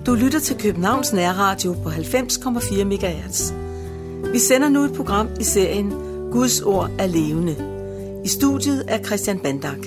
Du lytter til Københavns Nærradio på 90,4 MHz. Vi sender nu et program i serien Guds ord er levende. I studiet er Christian Bandak.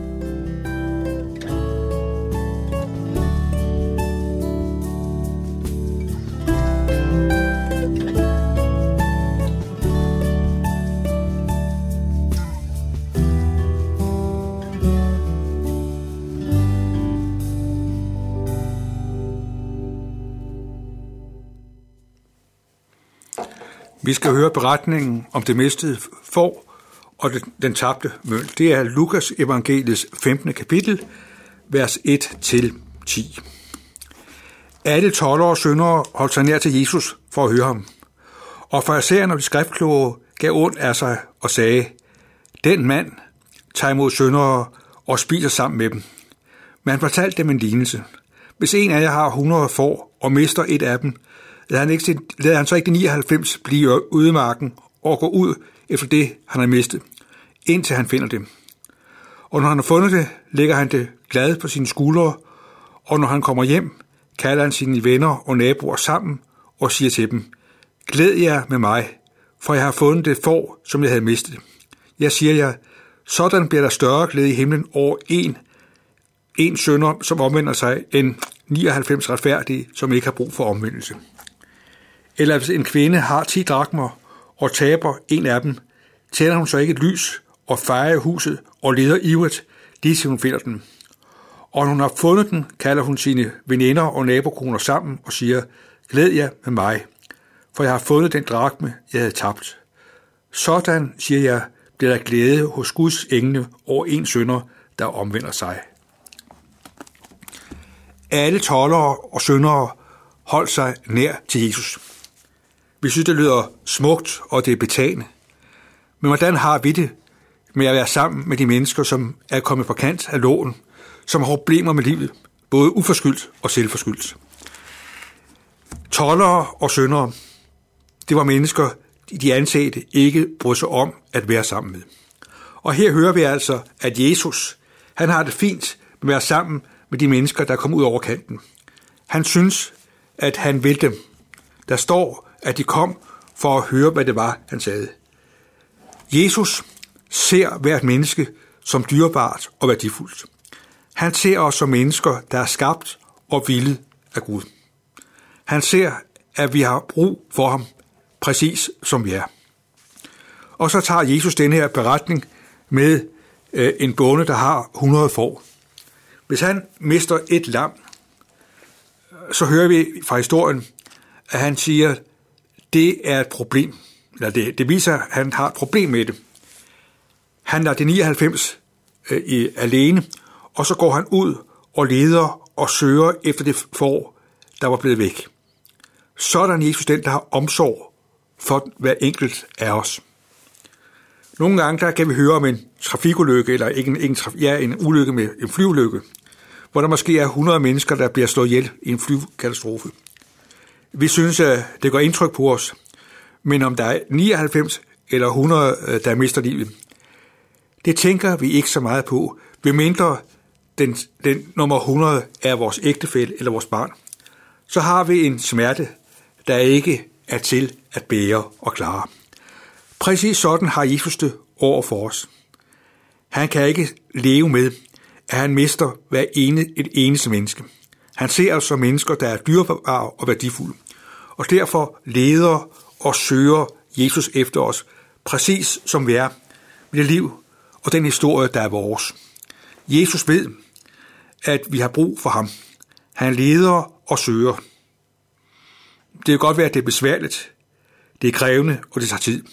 Vi skal høre beretningen om det mistede får og den tabte mønt. Det er Lukas evangeliets 15. kapitel, vers 1-10. Alle toldere og syndere holdt sig nær til Jesus for at høre ham. Og farisæerne og de skriftkloge gav ondt af sig og sagde, den mand tager imod syndere og spiser sammen med dem. Men han fortalte dem en lignelse. Hvis en af jer har 100 får og mister et af dem, lader han så ikke de 99 blive ude i marken og gå ud efter det, han har mistet, indtil han finder det. Og når han har fundet det, lægger han det glad på sine skuldre, og når han kommer hjem, kalder han sine venner og naboer sammen og siger til dem, glæd jer med mig, for jeg har fundet det får, som jeg havde mistet. Jeg siger jer, sådan bliver der større glæde i himlen over en synder, som omvender sig, end 99 retfærdige, som ikke har brug for omvendelse. Eller hvis en kvinde har 10 drakmer og taber en af dem, tænder hun så ikke et lys og fejrer huset og leder ivrigt, lige til hun finder den. Og når hun har fundet den, kalder hun sine veninder og nabokoner sammen og siger, glæd jer med mig, for jeg har fundet den drakme, jeg havde tabt. Sådan, siger jeg, bliver der glæde hos Guds engle over en synder, der omvender sig. Alle toldere og syndere holdt sig nær til Jesus. Vi synes, det lyder smukt, og det er betagende. Men hvordan har vi det med at være sammen med de mennesker, som er kommet på kant af loven, som har problemer med livet, både uforskyldt og selvforskyldt? Toldere og syndere, det var mennesker, de ansatte ikke brød sig om at være sammen med. Og her hører vi altså, at Jesus, han har det fint med at være sammen med de mennesker, der kom ud over kanten. Han synes, at han vil dem. Der står, at de kom for at høre, hvad det var, han sagde. Jesus ser hvert menneske som dyrebart og værdifuldt. Han ser os som mennesker, der er skabt og villet af Gud. Han ser, at vi har brug for ham, præcis som vi er. Og så tager Jesus den her beretning med en bonde, der har 100 får. Hvis han mister et lam, så hører vi fra historien, at han siger, det er et problem. Eller det viser, at han har et problem med det. Han lader de 99 alene, og så går han ud og leder og søger efter det får, der var blevet væk. Sådan er Jesus den, der har omsorg for hver enkelt af os. Nogle gange der kan vi høre om en trafikulykke, eller en ulykke med en flyulykke, hvor der måske er 100 mennesker, der bliver slået ihjel i en flykatastrofe. Vi synes, at det gør indtryk på os, men om der er 99 eller 100, der mister livet, det tænker vi ikke så meget på, medmindre den nummer 100 er vores ægtefælle eller vores barn. Så har vi en smerte, der ikke er til at bære og klare. Præcis sådan har Jesus det over for os. Han kan ikke leve med, at han mister et eneste menneske. Han ser os som mennesker, der er dyrebare og værdifulde. Og derfor leder og søger Jesus efter os, præcis som vi er, med det liv og den historie, der er vores. Jesus ved, at vi har brug for ham. Han leder og søger. Det kan godt være, at det er besværligt, det er krævende, og det tager tid.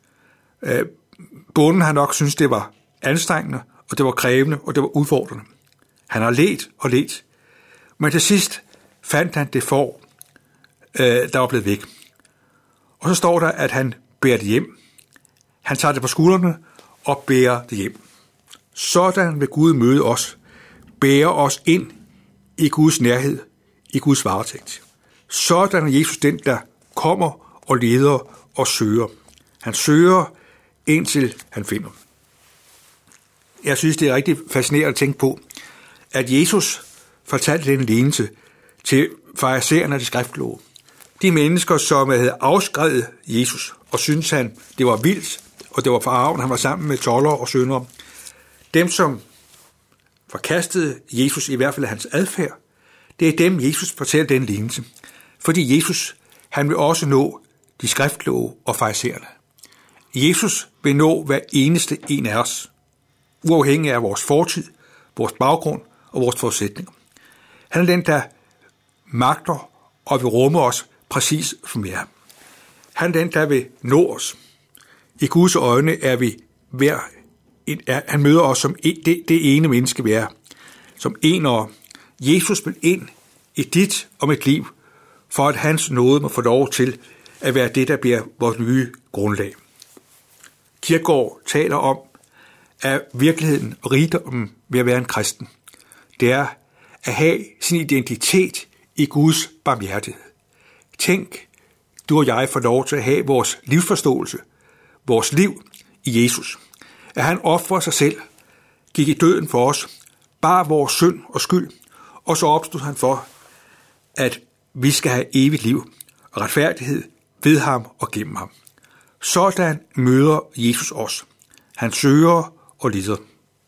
Bonden har nok synes det var anstrengende, og det var krævende, og det var udfordrende. Han har ledt og ledt, men til sidst fandt han det får, der var blevet væk. Og så står der, at han bærer det hjem. Han tager det på skuldrene og bærer det hjem. Sådan vil Gud møde os, bære os ind i Guds nærhed, i Guds varetægt. Sådan er Jesus den, der kommer og leder og søger. Han søger, indtil han finder. Jeg synes, det er rigtig fascinerende at tænke på, at Jesus fortalte den lignelse til farisæerne og de skriftkloge. De mennesker, som havde afskrevet Jesus og syntes, det var vildt, og det var forarvende, han var sammen med toldere og syndere. Dem, som forkastede Jesus, i hvert fald hans adfærd, det er dem, Jesus fortæller den lignelse. Fordi Jesus, han vil også nå de skriftkloge og farisæerne. Jesus vil nå hver eneste en af os, uafhængig af vores fortid, vores baggrund og vores forudsætninger. Han er den, der magter og vil rumme os præcis som vi er. Han er den, der vil nå os. I Guds øjne er vi han møder os som det ene menneske, vi er. Som enere. Jesus vil ind i dit og mit liv, for at hans nåde må få lov til at være det, der bliver vores nye grundlag. Kierkegaard taler om, at virkeligheden og rigdommen ved at være en kristen, det er at have sin identitet i Guds barmhjertighed. Tænk, du og jeg får lov til at have vores livsforståelse, vores liv i Jesus. At han offrer sig selv, gik i døden for os, bar vores synd og skyld, og så opstod han for, at vi skal have evigt liv og retfærdighed ved ham og gennem ham. Sådan møder Jesus os. Han søger og lider.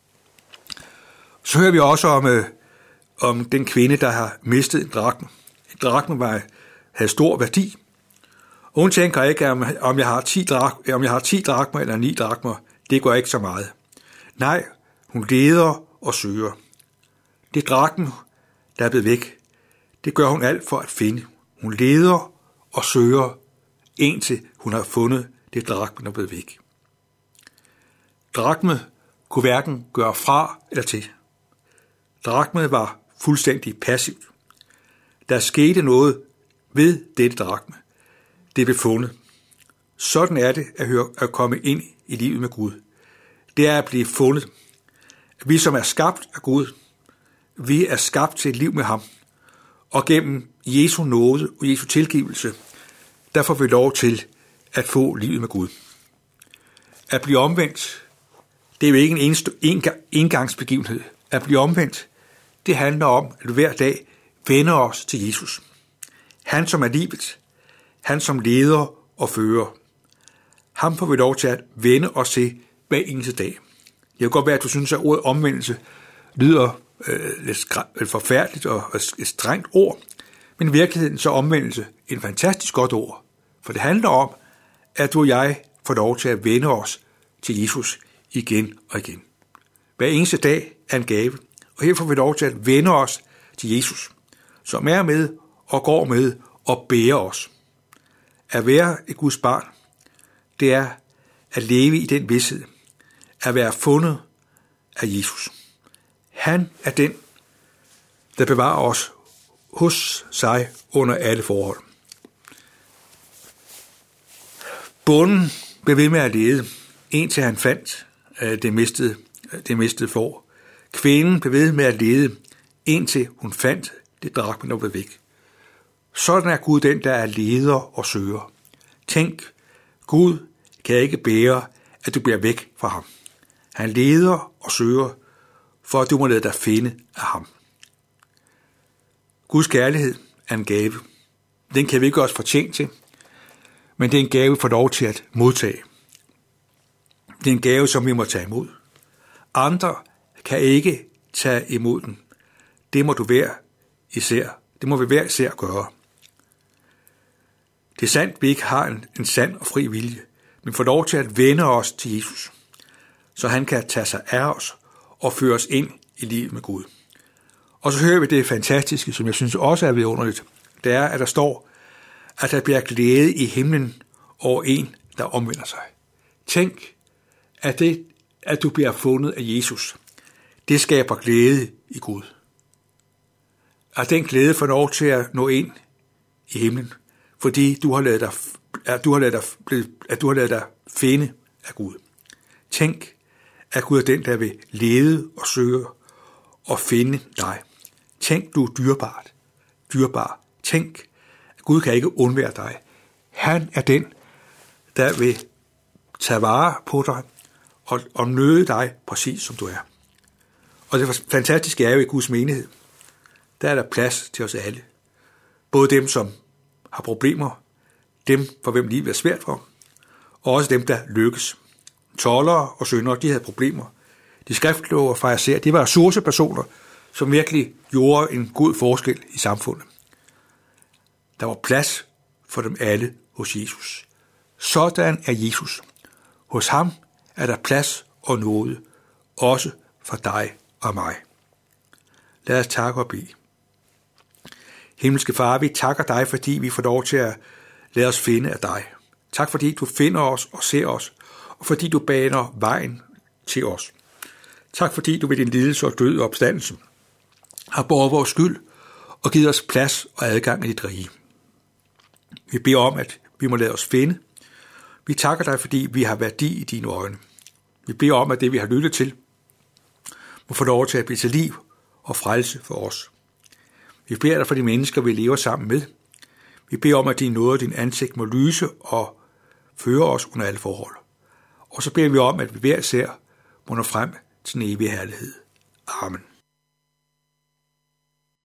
Så hører vi også om den kvinde, der har mistet en drakme. En drakme havde stor værdi. Og hun tænker ikke, om jeg har 10 drakmer eller 9 drakmer. Det går ikke så meget. Nej, hun leder og søger. Det drakmen, der er blevet væk, det gør hun alt for at finde. Hun leder og søger, indtil hun har fundet det drakme, der er blevet væk. Drakme kunne hverken gøre fra eller til. Drakme var fuldstændig passivt. Der skete noget ved dette drakme. Det blev fundet. Sådan er det at komme ind i livet med Gud. Det er at blive fundet. Vi, som er skabt af Gud, vi er skabt til et liv med ham. Og gennem Jesu nåde og Jesu tilgivelse, der får vi lov til at få livet med Gud. At blive omvendt, det er jo ikke en engangsbegivenhed. At blive omvendt, det handler om, at vi hver dag vender os til Jesus. Han, som er livet. Han, som leder og fører. Ham får vi lov til at vende os til hver eneste dag. Det kan godt være, at du synes, at ordet omvendelse lyder lidt forfærdeligt og et strengt ord, men i virkeligheden så er omvendelse et fantastisk godt ord. For det handler om, at du og jeg får lov til at vende os til Jesus igen og igen. Hver eneste dag er en gave, og her får vi lov til at vende os til Jesus, som er med og går med og bærer os. At være et Guds barn, det er at leve i den vished, at være fundet af Jesus. Han er den, der bevarer os hos sig under alle forhold. Bonden blev ved med at lede, indtil han fandt det mistede får. Kvinden blev ved med at lede, indtil hun fandt det drakme, der var væk. Sådan er Gud den, der er leder og søger. Tænk, Gud kan ikke bære, at du bliver væk fra ham. Han leder og søger, for at du må lade dig finde af ham. Guds kærlighed er en gave. Den kan vi ikke også fortjene til, men det er en gave, vi får lov til at modtage. Det er en gave, som vi må tage imod. Andre kan ikke tage imod den. Det må vi hver især gøre. Det er sandt, at vi ikke har en sand og fri vilje, men får lov til at vende os til Jesus, så han kan tage sig af os og føre os ind i livet med Gud. Og så hører vi det fantastiske, som jeg synes også er vidunderligt. Det er, at der står, at der bliver glæde i himlen over en, der omvender sig. Tænk, at du bliver fundet af Jesus, det skaber glæde i Gud. At den glæde får lov til at nå ind i himlen, fordi du har ladet dig finde af Gud. Tænk, at Gud er den, der vil lede og søge og finde dig. Tænk, du er dyrbar. Tænk, at Gud kan ikke undvære dig. Han er den, der vil tage vare på dig og nøde dig præcis som du er. Og det fantastiske er jo i Guds menighed. Der er der plads til os alle. Både dem, som har problemer, dem, for hvem livet er svært for, og også dem, der lykkes. Toldere og syndere, de havde problemer. De skriftkloge og farisæer, de var ressourcepersoner, som virkelig gjorde en god forskel i samfundet. Der var plads for dem alle hos Jesus. Sådan er Jesus. Hos ham er der plads og nåde, også for dig og mig. Lad os takke og bede. Himmelske Far, vi takker dig, fordi vi får lov til at lade os finde af dig. Tak fordi du finder os og ser os, og fordi du baner vejen til os. Tak fordi du ved din lidelse og død og opstandelse har båret vores skyld og givet os plads og adgang i dit rige. Vi beder om, at vi må lade os finde. Vi takker dig, fordi vi har værdi i dine øjne. Vi beder om, at det vi har lyttet til må få lov til at blive til liv og frelse for os. Vi beder dig for de mennesker, vi lever sammen med. Vi beder om, at din nåde og din ansigt må lyse og føre os under alle forhold. Og så beder vi om, at vi hver især må nå frem til den evige herlighed. Amen.